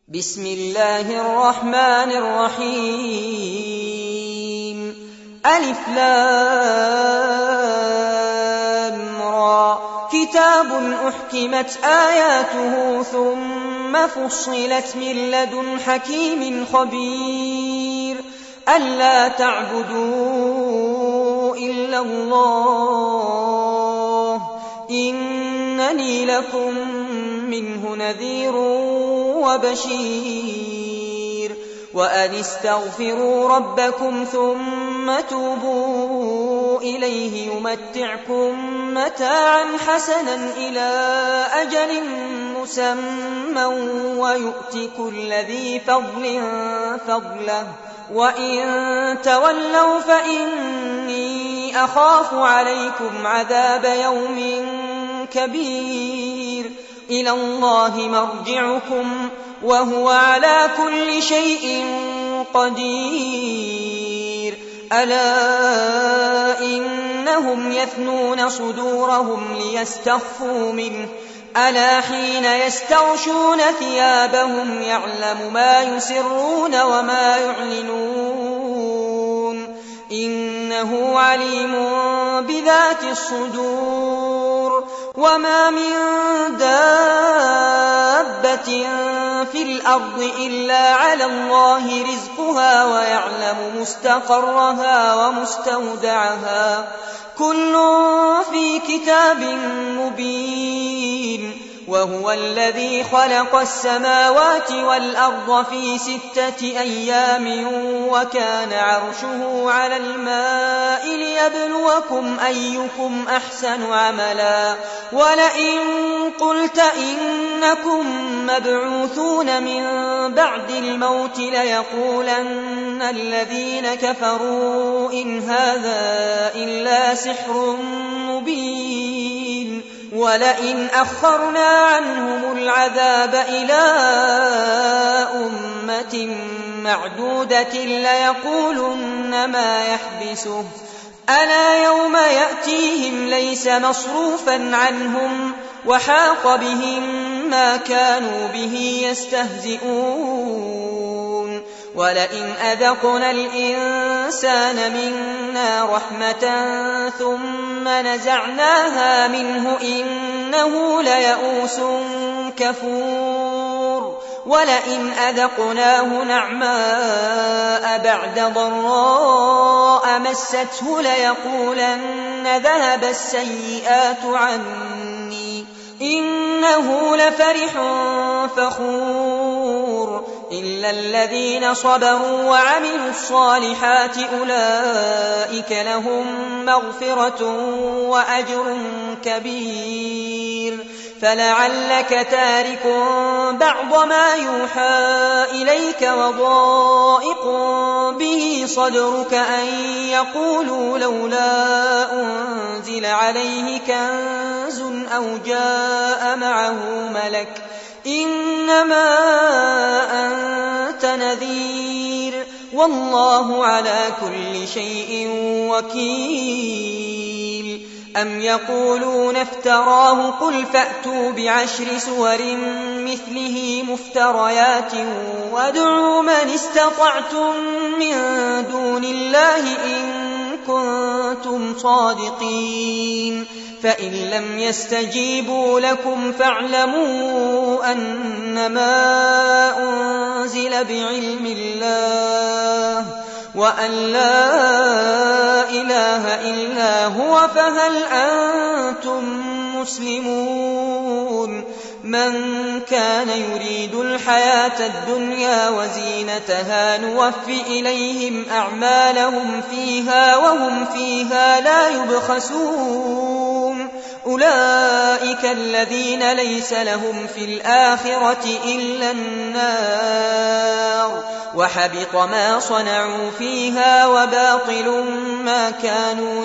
بسم الله الرحمن الرحيم ألف لام را كتاب أحكمت آياته ثم فصلت من لدن حكيم خبير ألا تعبدوا إلا الله إنني لكم منه نذير وبشير وأن استغفروا ربكم ثم توبوا إليه يمتعكم متاعا حسنا إلى أجل مسمى ويؤت كل ذي فضل فضله وإن تولوا فإني أخاف عليكم عذاب يوم كبير إلى الله مرجعكم وهو على كل شيء قدير ألا إنهم يثنون صدورهم ليستخفوا منه ألا حين يستغشون ثيابهم يعلم ما يسرون وما يعلنون إنه عليم بذات الصدور وما من دابة في الأرض إلا على الله رزقها ويعلم مستقرها ومستودعها كل في كتاب مبين وهو الذي خلق السماوات والأرض في 6 أيام وكان عرشه على الماء ليبلوكم أيكم أحسن عملا ولئن قلت إنكم مبعوثون من بعد الموت ليقولن الذين كفروا إن هذا إلا سحر مبين ولئن أخرنا عنهم العذاب إلى أمة معدودة ليقولن ما يحبسه ألا يوم يأتيهم ليس مصروفا عنهم وحاق بهم ما كانوا به يستهزئون ولئن أذقنا الإنسان منا رحمة ثم نزعناها منه إنه ليئوس كفور ولئن أذقناه نعماء بعد ضراء مسته ليقولن ذهب السيئات عني إنه لفرح فخور إلا الذين صبروا وعملوا الصالحات أولئك لهم مغفرة وأجر كبير فلعلك تارك بعض ما يوحى إليك وضائق به صدرك أن يقولوا لولا أنزل عليه كنز أو جاء معه ملك إنما أنت نذير والله على كل شيء وكيل أم يقولون افتراه قل فأتوا ب10 سور مثله مفتريات وادعوا من استطعتم من دون الله إن كنتم صادقين فإن لم يستجيبوا لكم فاعلموا أنما أنزل بعلم الله وأن لا إله إلا هو فهل أنتم مسلمون من كان يريد الحياة الدنيا وزينتها نوفي إليهم أعمالهم فيها وهم فيها لا يبخسون أولئك الذين ليس لهم في الآخرة إلا النار وحبط ما صنعوا فيها وباطل ما كانوا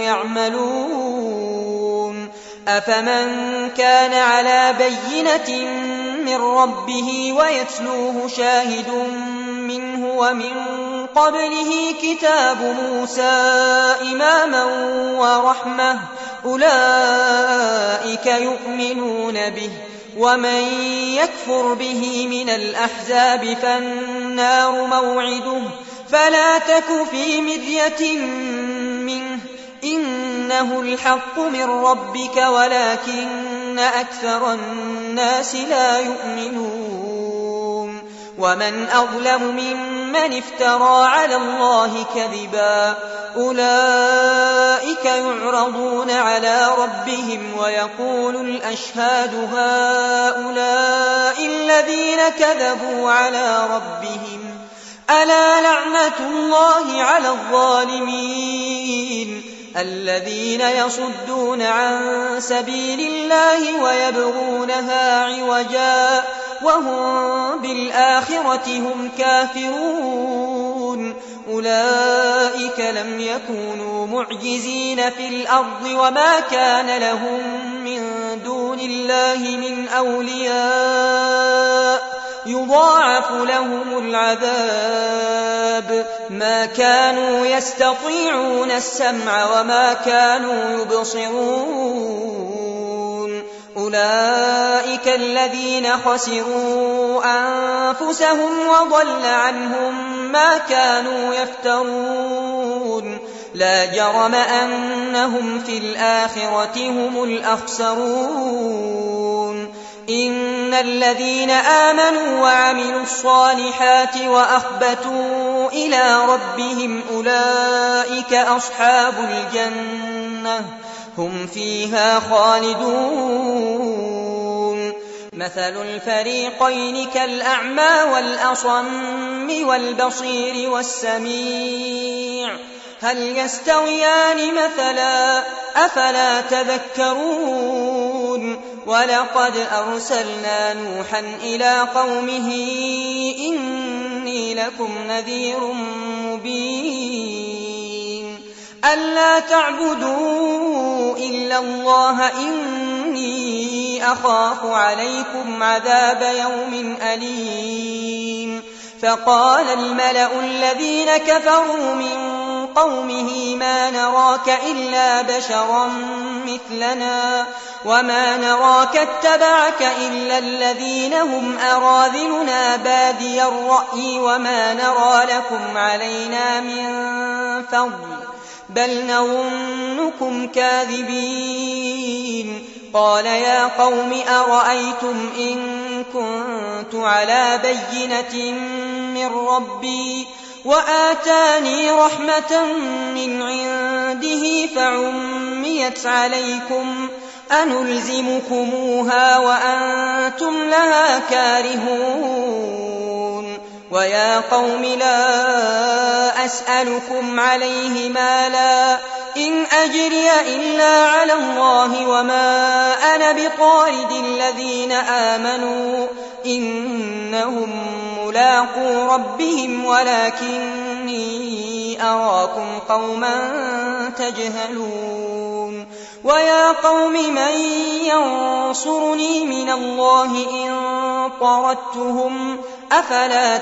يعملون أفمن كان على بينة من ربه ويتلوه شاهد منه ومن قبله كتاب موسى إماما ورحمة أولئك يؤمنون به ومن يكفر به من الأحزاب فالنار موعده فلا تك في مرية منه إنه الحق من ربك ولكن أكثر الناس لا يؤمنون ومن أظلم ممن افترى على الله كذبا أولئك يعرضون على ربهم ويقول الأشهاد هؤلاء الذين كذبوا على ربهم ألا لعنة الله على الظالمين الذين يصدون عن سبيل الله ويبغونها عوجا وهم بالآخرة هم كافرون أولئك لم يكونوا معجزين في الأرض وما كان لهم من دون الله من أولياء يضاعف لهم العذاب ما كانوا يستطيعون السمع وما كانوا يبصرون أولئك الذين خسروا أنفسهم وضل عنهم ما كانوا يفترون لا جرم أنهم في الآخرة هم الأخسرون إن الذين آمنوا وعملوا الصالحات وأخبتوا إلى ربهم أولئك أصحاب الجنة هم فيها خالدون مثل الفريقين كالأعمى والأصم والبصير والسميع هل يستويان مثلا أفلا تذكرون ولقد أرسلنا نوحا إلى قومه إني لكم نذير مبين ألا تعبدوا إلا الله إني أخاف عليكم عذاب يوم أليم فقال الملأ الذين كفروا من قومه ما نراك إلا بشرا مثلنا وما نراك اتبعك إلا الذين هم أراذلنا بادي الرأي وما نرى لكم علينا من فضل بل نظنكم كاذبين قال يا قوم أرأيتم إن كنت على بينة من ربي وآتاني رحمة من عنده فعميت عليكم أنلزمكموها وأنتم لها كارهون ويا قوم لا أسألكم عليه مالا إن أجري إلا على الله وما أنا بطارد الذين آمنوا إنهم ملاقو ربهم ولكني أراكم قوما تجهلون ويا قوم من ينصرني من الله إن طردتهم أفلا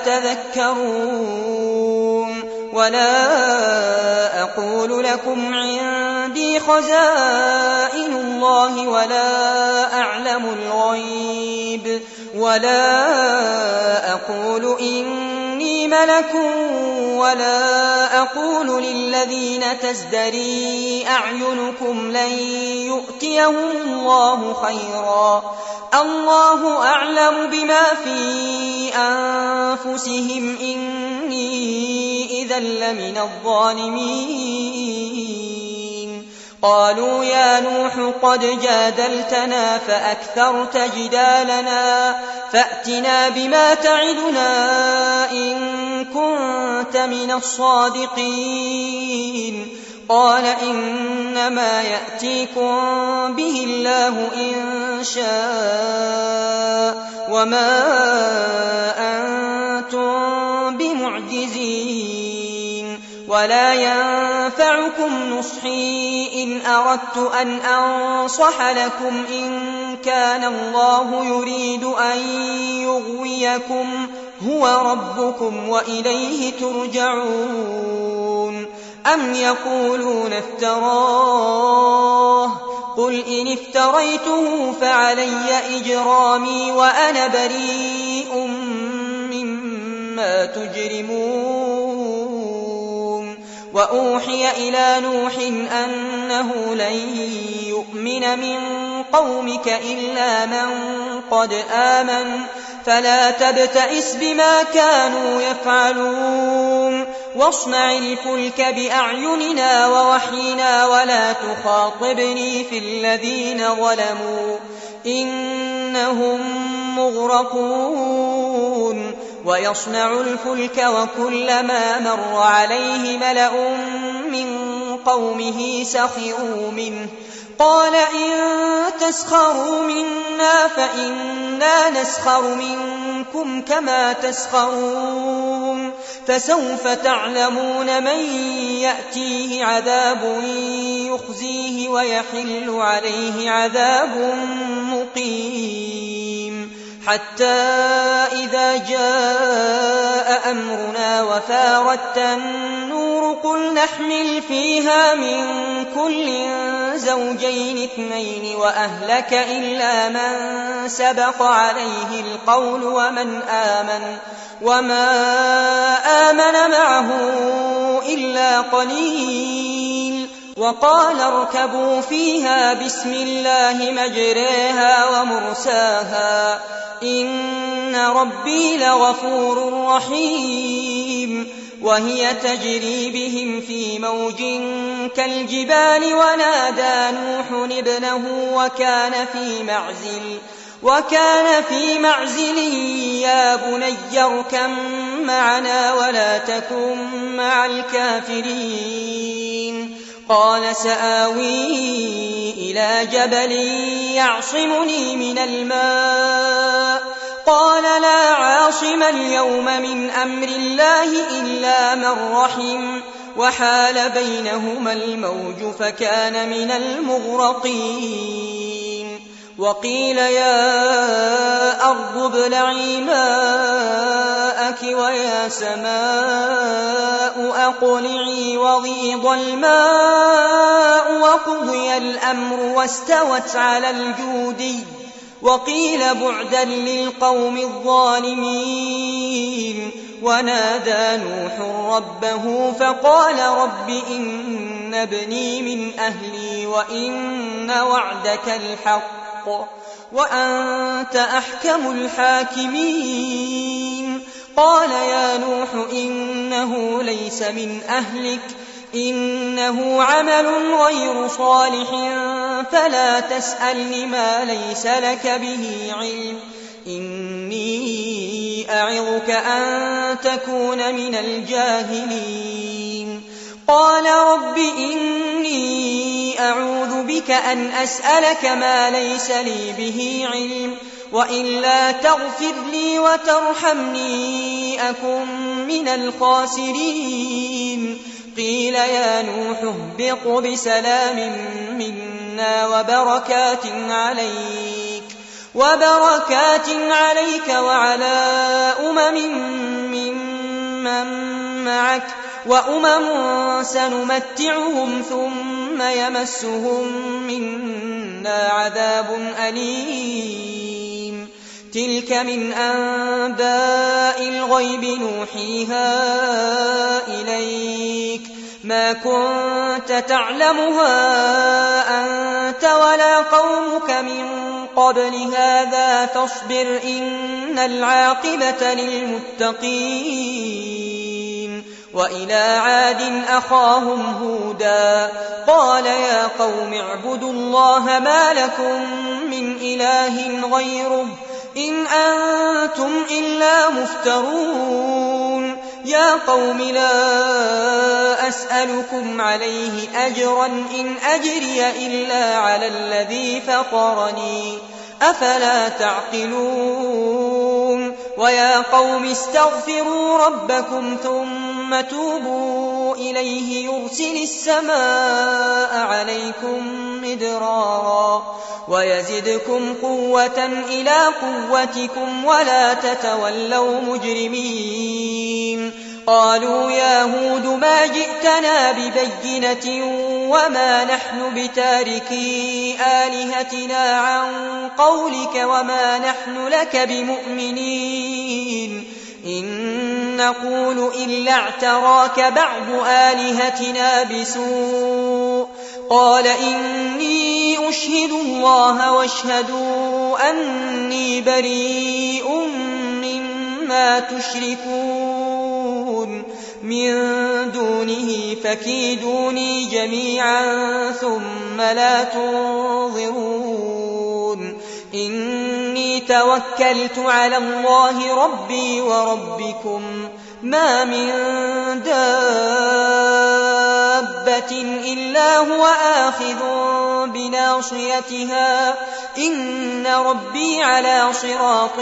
تذكرون ولا أقول لكم عندي خزائن الله ولا أعلم الغيب ولا أقول إني ملك ولا أقول للذين تزدري أعينكم لن يؤتيهم الله خيرا الله أعلم بما في أنفسهم إني إذا لمن الظالمين قالوا يا نوح قد جادلتنا فأكثرت جدالنا فأتنا بما تعدنا إن كنت من الصادقين قال إنما يأتيكم به الله إن شاء وما أنتم بمعجزين ولا ينفعكم نصحي إن أردت أن أنصح لكم إن كان الله يريد أن يغويكم هو ربكم وإليه ترجعون أم يقولون افتراه قل إن افتريته فعلي إجرامي وأنا بريء مما تجرمون وأوحي إلى نوح أنه لن يؤمن من قومك إلا من قد آمن فلا تبتئس بما كانوا يفعلون واصنع الفلك بأعيننا ووحينا ولا تخاطبني في الذين ظلموا إنهم مغرقون ويصنع الفلك وكلما مر عليه ملأ من قومه سخروا منه قال إن تسخروا منا فإنا نسخر منكم كما تسخرون فسوف تعلمون من يأتيه عذاب يخزيه ويحل عليه عذاب مقيم حتى إذا جاء أمرنا وفارت النور قل نحمل فيها من كل زوجين اثنين وأهلك إلا من سبق عليه القول وما آمن معه إلا قليل وقال اركبوا فيها بسم الله مجريها ومرساها إن ربي لغفور رحيم وهي تجري بهم في موج كالجبال ونادى نوح ابنه وكان في معزل يا بني اركب معنا ولا تكن مع الكافرين قال سآوي إلى جبل يعصمني من الماء قال لا عاصم اليوم من أمر الله إلا من رحم وحال بينهما الموج فكان من المغرقين وقيل يا أرض ابلعي ماءك ويا سماء أقلعي وغيض الماء وقضي الأمر واستوت على الجودي وقيل بعدا للقوم الظالمين ونادى نوح ربه فقال رب إن ابني من أهلي وإن وعدك الحق وأنت أحكم الحاكمين قال يا نوح إنه ليس من أهلك إنه عمل غير صالح فلا تسألني ما ليس لك به علم إني أعظك أن تكون من الجاهلين قال رب إني أعوذ بك أن أسألك ما ليس لي به علم وإلا تغفر لي وترحمني أكن من الخاسرين قيل يا نوح اهبط بسلام منا وبركات عليك وعلى ممن معك وأمم سنمتعهم ثم يمسهم منا عذاب أليم تلك من أنباء الغيب نوحيها إليك ما كنت تعلمها أنت ولا قومك من قبل هذا فاصبر إن العاقبة للمتقين وإلى عاد أخاهم هودا قال يا قوم اعبدوا الله ما لكم من إله غيره إن أنتم إلا مفترون يا قوم لا أسألكم عليه أجرا إن أجري إلا على الذي فطرني أفلا تعقلون ويا قوم استغفروا ربكم ثم توبوا إليه يرسل السماء عليكم مدرارا ويزدكم قوة إلى قوتكم ولا تتولوا مجرمين قالوا يا هود ما جئتنا ببينة وما نحن بتاركي آلهتنا عن قولك وما نحن لك بمؤمنين إن نقول إلا اعتراك بعض آلهتنا بسوء قال إني أشهد الله واشهدوا أني بريء مما تشركون من دونه فكيدوني جميعا ثم لا تنظرون إني توكلت على الله ربي وربكم ما من دابة إلا هو آخذ بناصيتها إن ربي على صراط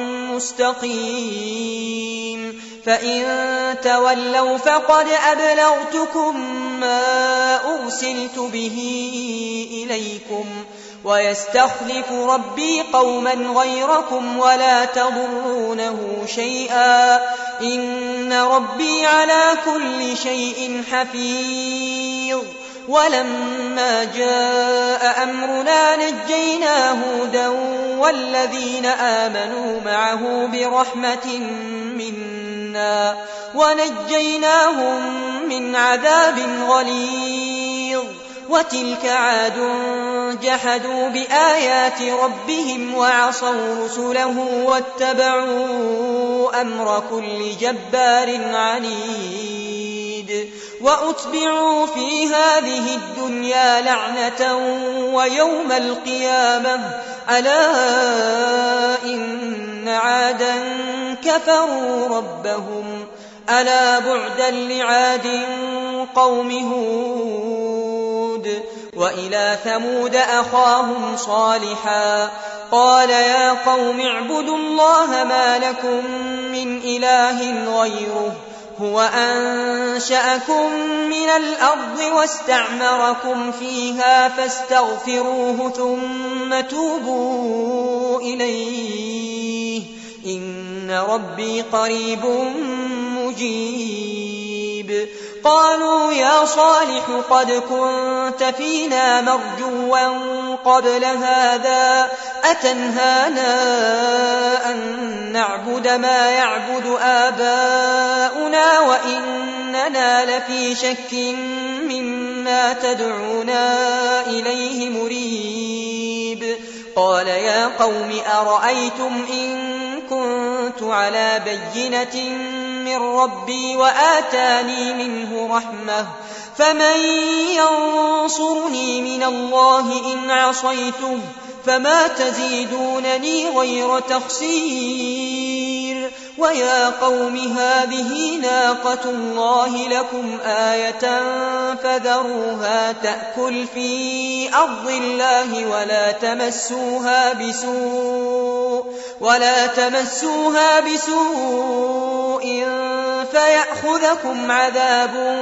مستقيم فإن تولوا فقد أبلغتكم ما أرسلت به إليكم ويستخلف ربي قوما غيركم ولا تضرونه شيئا إن ربي على كل شيء حفيظ ولما جاء أمرنا نجينا هودا والذين آمنوا معه برحمة منا ونجيناهم من عذاب غليظ وتلك عاد جحدوا بآيات ربهم وعصوا رسله واتبعوا أمر كل جبار عنيد وأتبعوا في هذه الدنيا لعنة ويوم القيامة ألا إن عادا كفروا ربهم ألا بعدا لعاد قوم هود وإلى ثمود أخاهم صالحا قال يا قوم اعبدوا الله ما لكم من إله غيره هو أنشأكم من الأرض واستعمركم فيها فاستغفروه ثم توبوا إليه إن ربي قريب مجيب قالوا يا صالح قد كنت فينا مرجوا قبل هذا أتنهانا أن نعبد ما يعبد آباؤنا وإننا لفي شك مما تدعونا إليه مريب قال يا قوم أرأيتم إن كنت على بينة من ربي وآتاني منه رحمة فمن ينصرني من الله إن عصيته فما تزيدونني غير تخسير ويا قوم هذه ناقة الله لكم آية فذروها تأكل في أرض الله ولا تمسوها بسوء فيأخذكم عذاب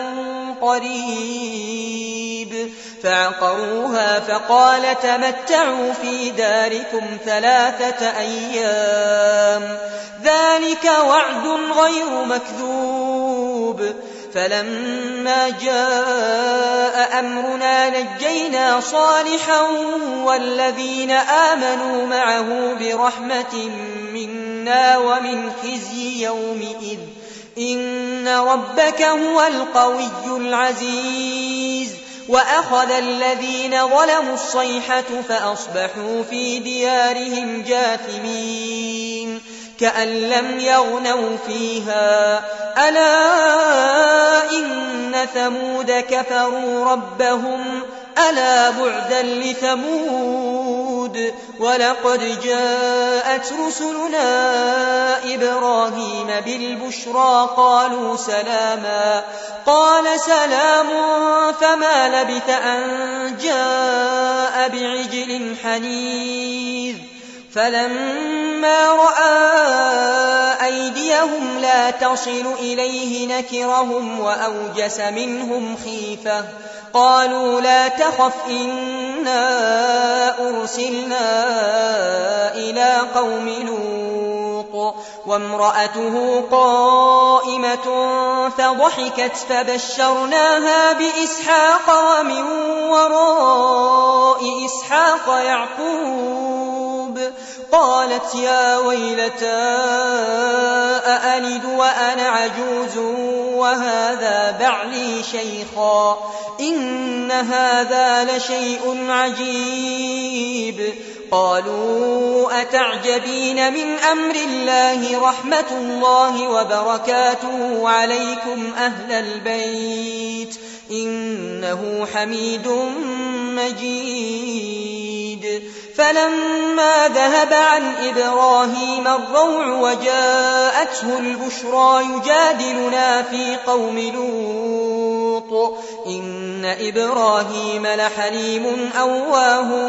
قريب فعقروها فقال تمتعوا في داركم 3 أيام ذلك وعد غير مكذوب فلما جاء أمرنا نجينا صالحا والذين آمنوا معه برحمة منا ومن خزي يومئذ إن ربك هو القوي العزيز وأخذ الذين ظلموا الصيحة فأصبحوا في ديارهم جاثمين كأن لم يغنوا فيها ألا إن ثمود كفروا ربهم ألا بعدا لثمود ولقد جاءت رسلنا إبراهيم بالبشرى قالوا سلاما قال سلام فما لبث أن جاء بعجل حنيذ فلما رأى أيديهم لا تصل إليه نكرهم وأوجس منهم خيفة قالوا لا تخف إنا أرسلنا إلى قوم لوط وامرأته قائمة فضحكت فبشرناها بإسحاق ومن وراء إسحاق يعقوب قالت يا ويلتى أألد وأنا عجوز وهذا بعلي شيخا إن هذا لشيء عجيب قالوا أتعجبين من أمر الله رحمة الله وبركاته عليكم أهل البيت إنه حميد مجيد فلما ذهب عن إبراهيم الروع وجاءته البشرى يجادلنا في قوم لوط إن إبراهيم لحليم أواه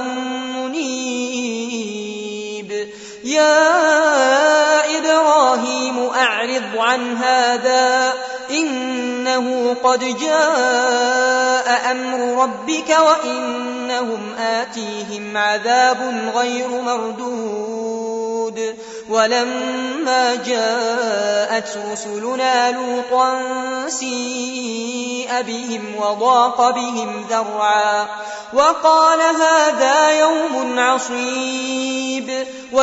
منيب يا إبراهيم أعرض عن هذا إنه قد جاء أمر ربك وإنهم آتيهم عذاب غير مردود ولما جاءت رسلنا لوطا سيء بهم وضاق بهم ذرعا وقال هذا يوم عصيب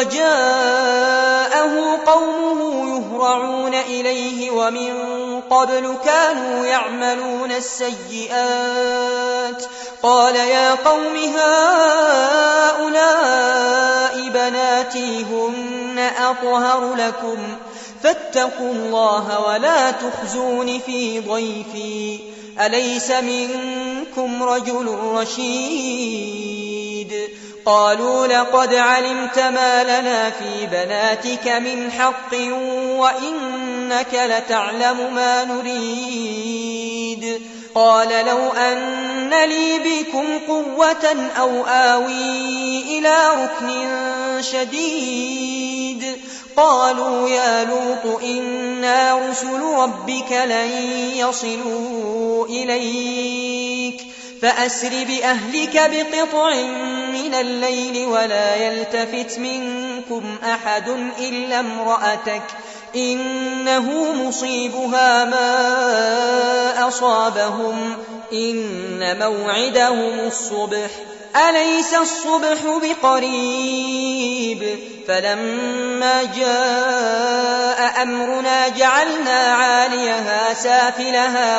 وجاءه قومه يهرعون إليه ومن قبل كانوا يعملون السيئات قال يا قوم هؤلاء بناتي هن أطهر لكم فاتقوا الله ولا تخزون في ضيفي أليس منكم رجل رشيد قالوا لقد علمت ما لنا في بناتك من حق وإنك لتعلم ما نريد قال لو أن لي بكم قوة أو آوي إلى ركن شديد قالوا يا لوط إنا رسل ربك لن يصلوا إليك فأسر بأهلك بقطع من الليل ولا يلتفت منكم أحد إلا امرأتك إنه مصيبها ما أصابهم إن موعدهم الصبح أليس الصبح بقريب فلما جاء أمرنا جعلنا عاليها سافلها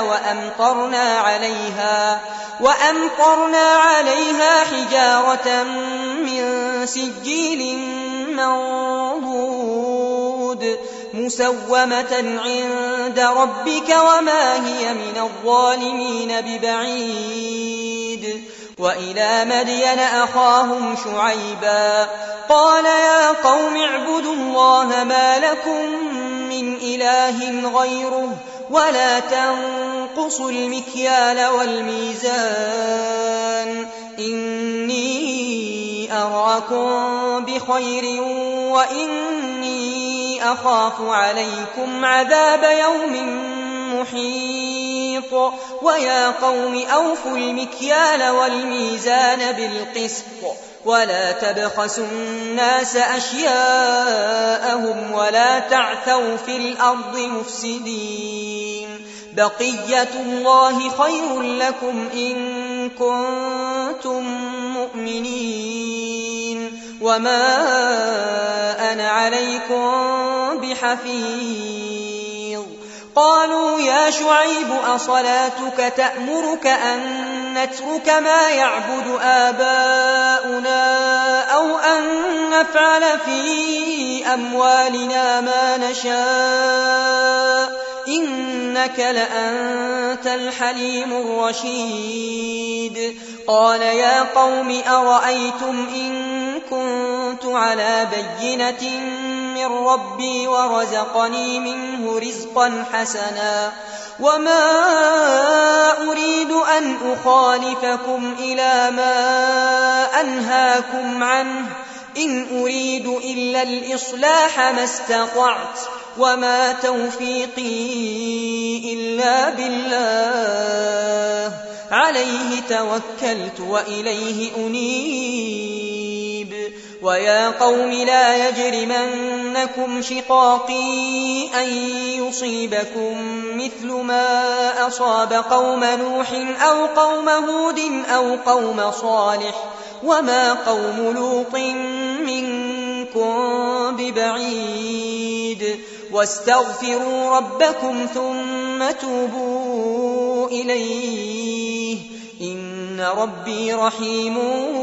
وأمطرنا عليها حجارة من سجيل منضود مسومة عند ربك وما هي من الظالمين ببعيد وإلى مدين أخاهم شعيبا قال يا قوم اعبدوا الله ما لكم من إله غيره ولا تنقصوا المكيال والميزان إني أراكم بخير وإني أخاف عليكم عذاب يوم محيط ويا قوم أوفوا المكيال والميزان بالقسط ولا تبخسوا الناس أشياءهم ولا تعثوا في الأرض مفسدين بقية الله خير لكم إن كنتم مؤمنين وما أنا عليكم بحفيظ قالوا يا شعيب أصلاتك تأمرك أن نترك ما يعبد آباؤنا أو أن نفعل في أموالنا ما نشاء إنك لأنت الحليم الرشيد قال يا قوم أرأيتم إن كنت على بينة من ربي ورزقني منه رزقا حسنا وما أريد أن أخالفكم إلى ما أنهاكم عنه إن أريد إلا الإصلاح ما استطعت وما توفيقي إلا بالله عليه توكلت وإليه أنيب ويا قوم لا يجرمنكم شقاقي أن يصيبكم مثل ما أصاب قوم نوح أو قوم هود أو قوم صالح وما قوم لوط منكم ببعيد واستغفروا ربكم ثم توبوا إليه إن ربي رحيم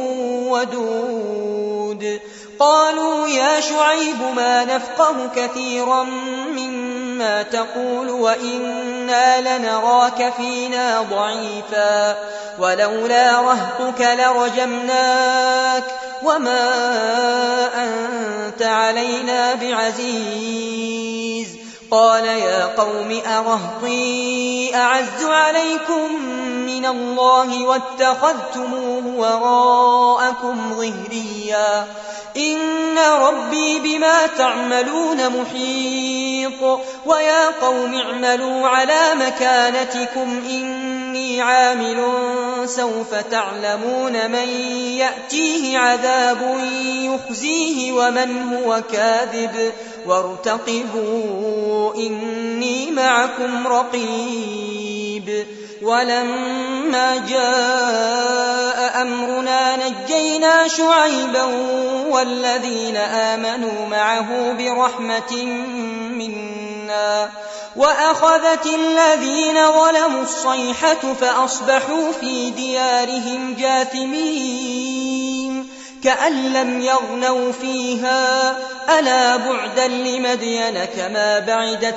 ودود قالوا يا شعيب ما نفقه كثيرا مما تقول وإنا لنراك فينا ضعيفا ولولا رهطك لرجمناك وما أنت علينا بعزيز قال يا قوم أرهطي أعز عليكم من الله واتخذتموه وراءكم ظهريا إن ربي بما تعملون محيط ويا قوم اعملوا على مكانتكم إني عامل سوف تعلمون من يأتيه عذاب يخزيه ومن هو كاذب وارتقبوا إني معكم رقيب ولما جاء أمرنا نجينا شعيبا والذين آمنوا معه برحمة منا وأخذت الذين ظلموا الصيحة فأصبحوا في ديارهم جاثمين كأن لم يغنوا فيها ألا بعدا لمدين كما بعدت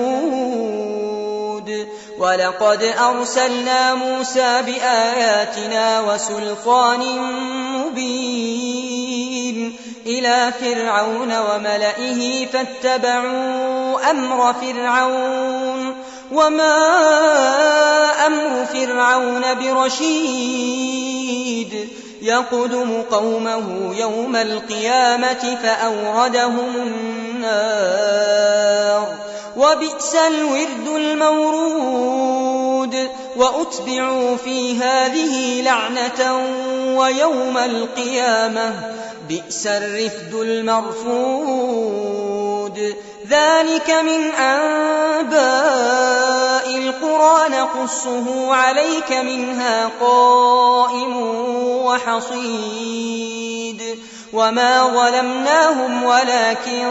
ثمود ولقد أرسلنا موسى بآياتنا وسلطان مبين إلى فرعون وملئه فاتبعوا أمر فرعون وما أمر فرعون برشيد يقدم قومه يوم القيامة فأوردهم النار وبئس الورد المورود وأتبعوا في هذه لعنة ويوم القيامة بئس الرفد المرفود ذلك من أنباء القرى نقصه عليك منها قائم وحصيد وما ظلمناهم ولكن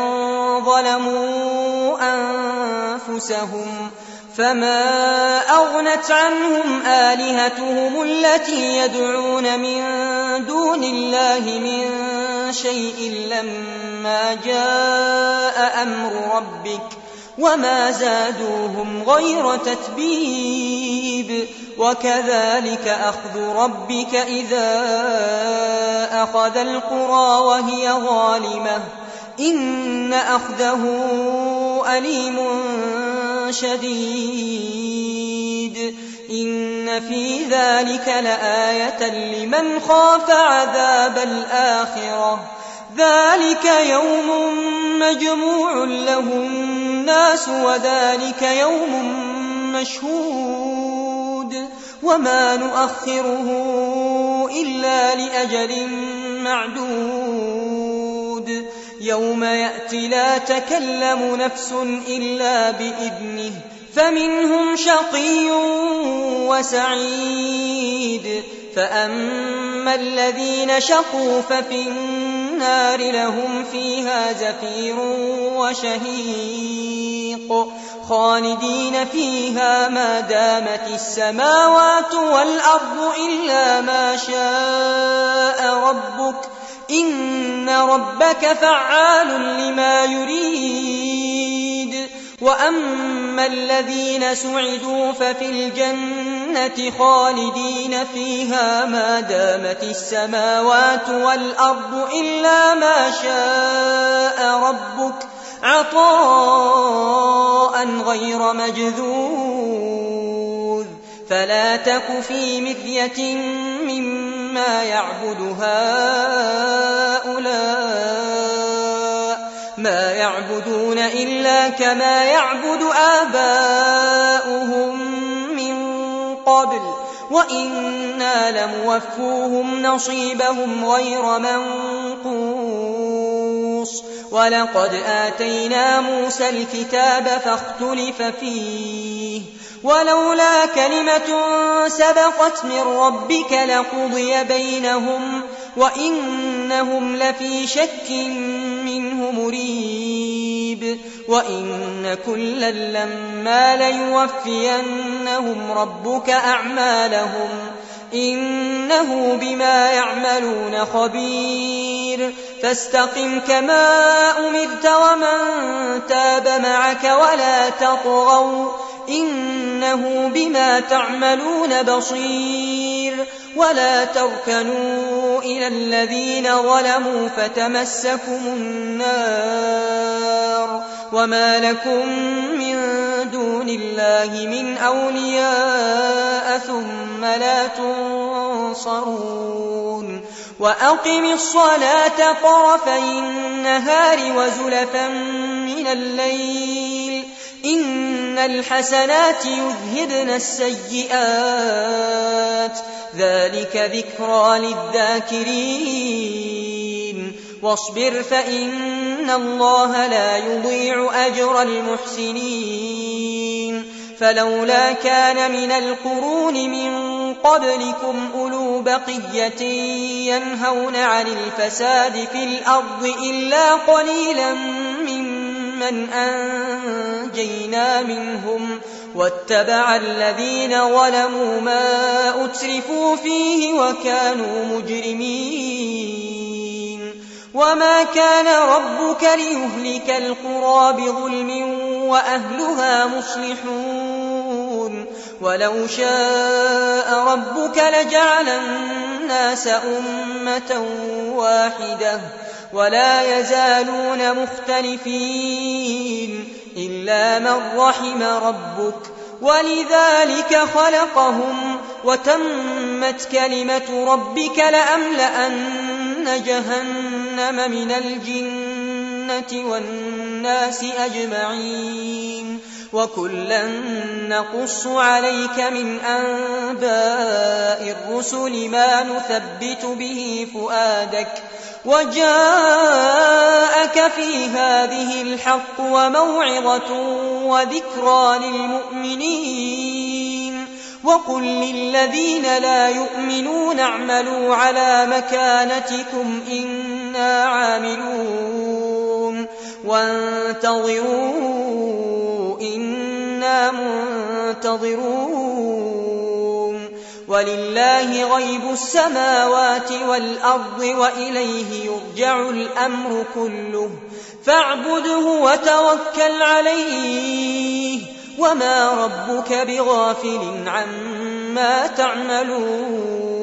ظلموا أنفسهم فما أغنت عنهم آلهتهم التي يدعون من دون الله من شيء لما جاء أمر ربك وما زادوهم غير تتبيب وكذلك أخذ ربك إذا أخذ القرى وهي ظالمة إن أخذه أليم شديد إن في ذلك لآية لمن خاف عذاب الآخرة ذلك يوم مجموع له الناس وذلك يوم مشهود وما نؤخره إلا لأجل معدود يوم يأتي لا تكلم نفس إلا بإذنه فمنهم شقي وسعيد فأما الذين شقوا ففي النار لهم فيها زفير وشهيق خالدين فيها ما دامت السماوات والأرض إلا ما شاء ربك إن ربك فعال لما يريد وأما الذين سعدوا ففي الجنة خالدين فيها ما دامت السماوات والأرض إلا ما شاء ربك عطاء غير مجذوذ فلا تك في مرية مما يعبد هؤلاء ما يعبدون إلا كما يعبد آباؤهم من قبل وإنا لموفوهم نصيبهم غير منقوص ولقد آتينا موسى الكتاب فاختلف فيه ولولا كلمة سبقت من ربك لقضي بينهم وإنهم لفي شك منه مريب وإن كلا لما ليوفينهم ربك أعمالهم إنه بما يعملون خبير فاستقم كما أمرت ومن تاب معك ولا تطغوا إنه بما تعملون بصير ولا تركنوا إلى الذين ظلموا فتمسكم النار وما لكم من دون الله من أولياء ثم لا تنصرون وأقم الصلاة طرفي النهار وزلفا من الليل إن الحسنات يذهبن السيئات ذلك ذكرى للذاكرين واصبر فإن الله لا يضيع أجر المحسنين فلولا كان من القرون من قبلكم أولو بقية ينهون عن الفساد في الأرض إلا قليلا ممن أنجينا منهم واتبع الذين ظلموا ما أترفوا فيه وكانوا مجرمين وما كان ربك ليهلك القرى بظلم وأهلها مصلحون ولو شاء ربك لجعل الناس أمة واحدة ولا يزالون مختلفين إلا من رحم ربك ولذلك خلقهم وتمت كلمة ربك لأملأن جهنم من الجنة والناس أجمعين وكلا نقص عليك من أنباء الرسل ما نثبت به فؤادك وجاءك في هذه الحق وموعظة وذكرى للمؤمنين وقل للذين لا يؤمنون اعملوا على مكانتكم إنا عاملون وانتظروا إنا منتظرون ولله غيب السماوات والأرض وإليه يرجع الأمر كله فاعبده وتوكل عليه وما ربك بغافل عما تعملون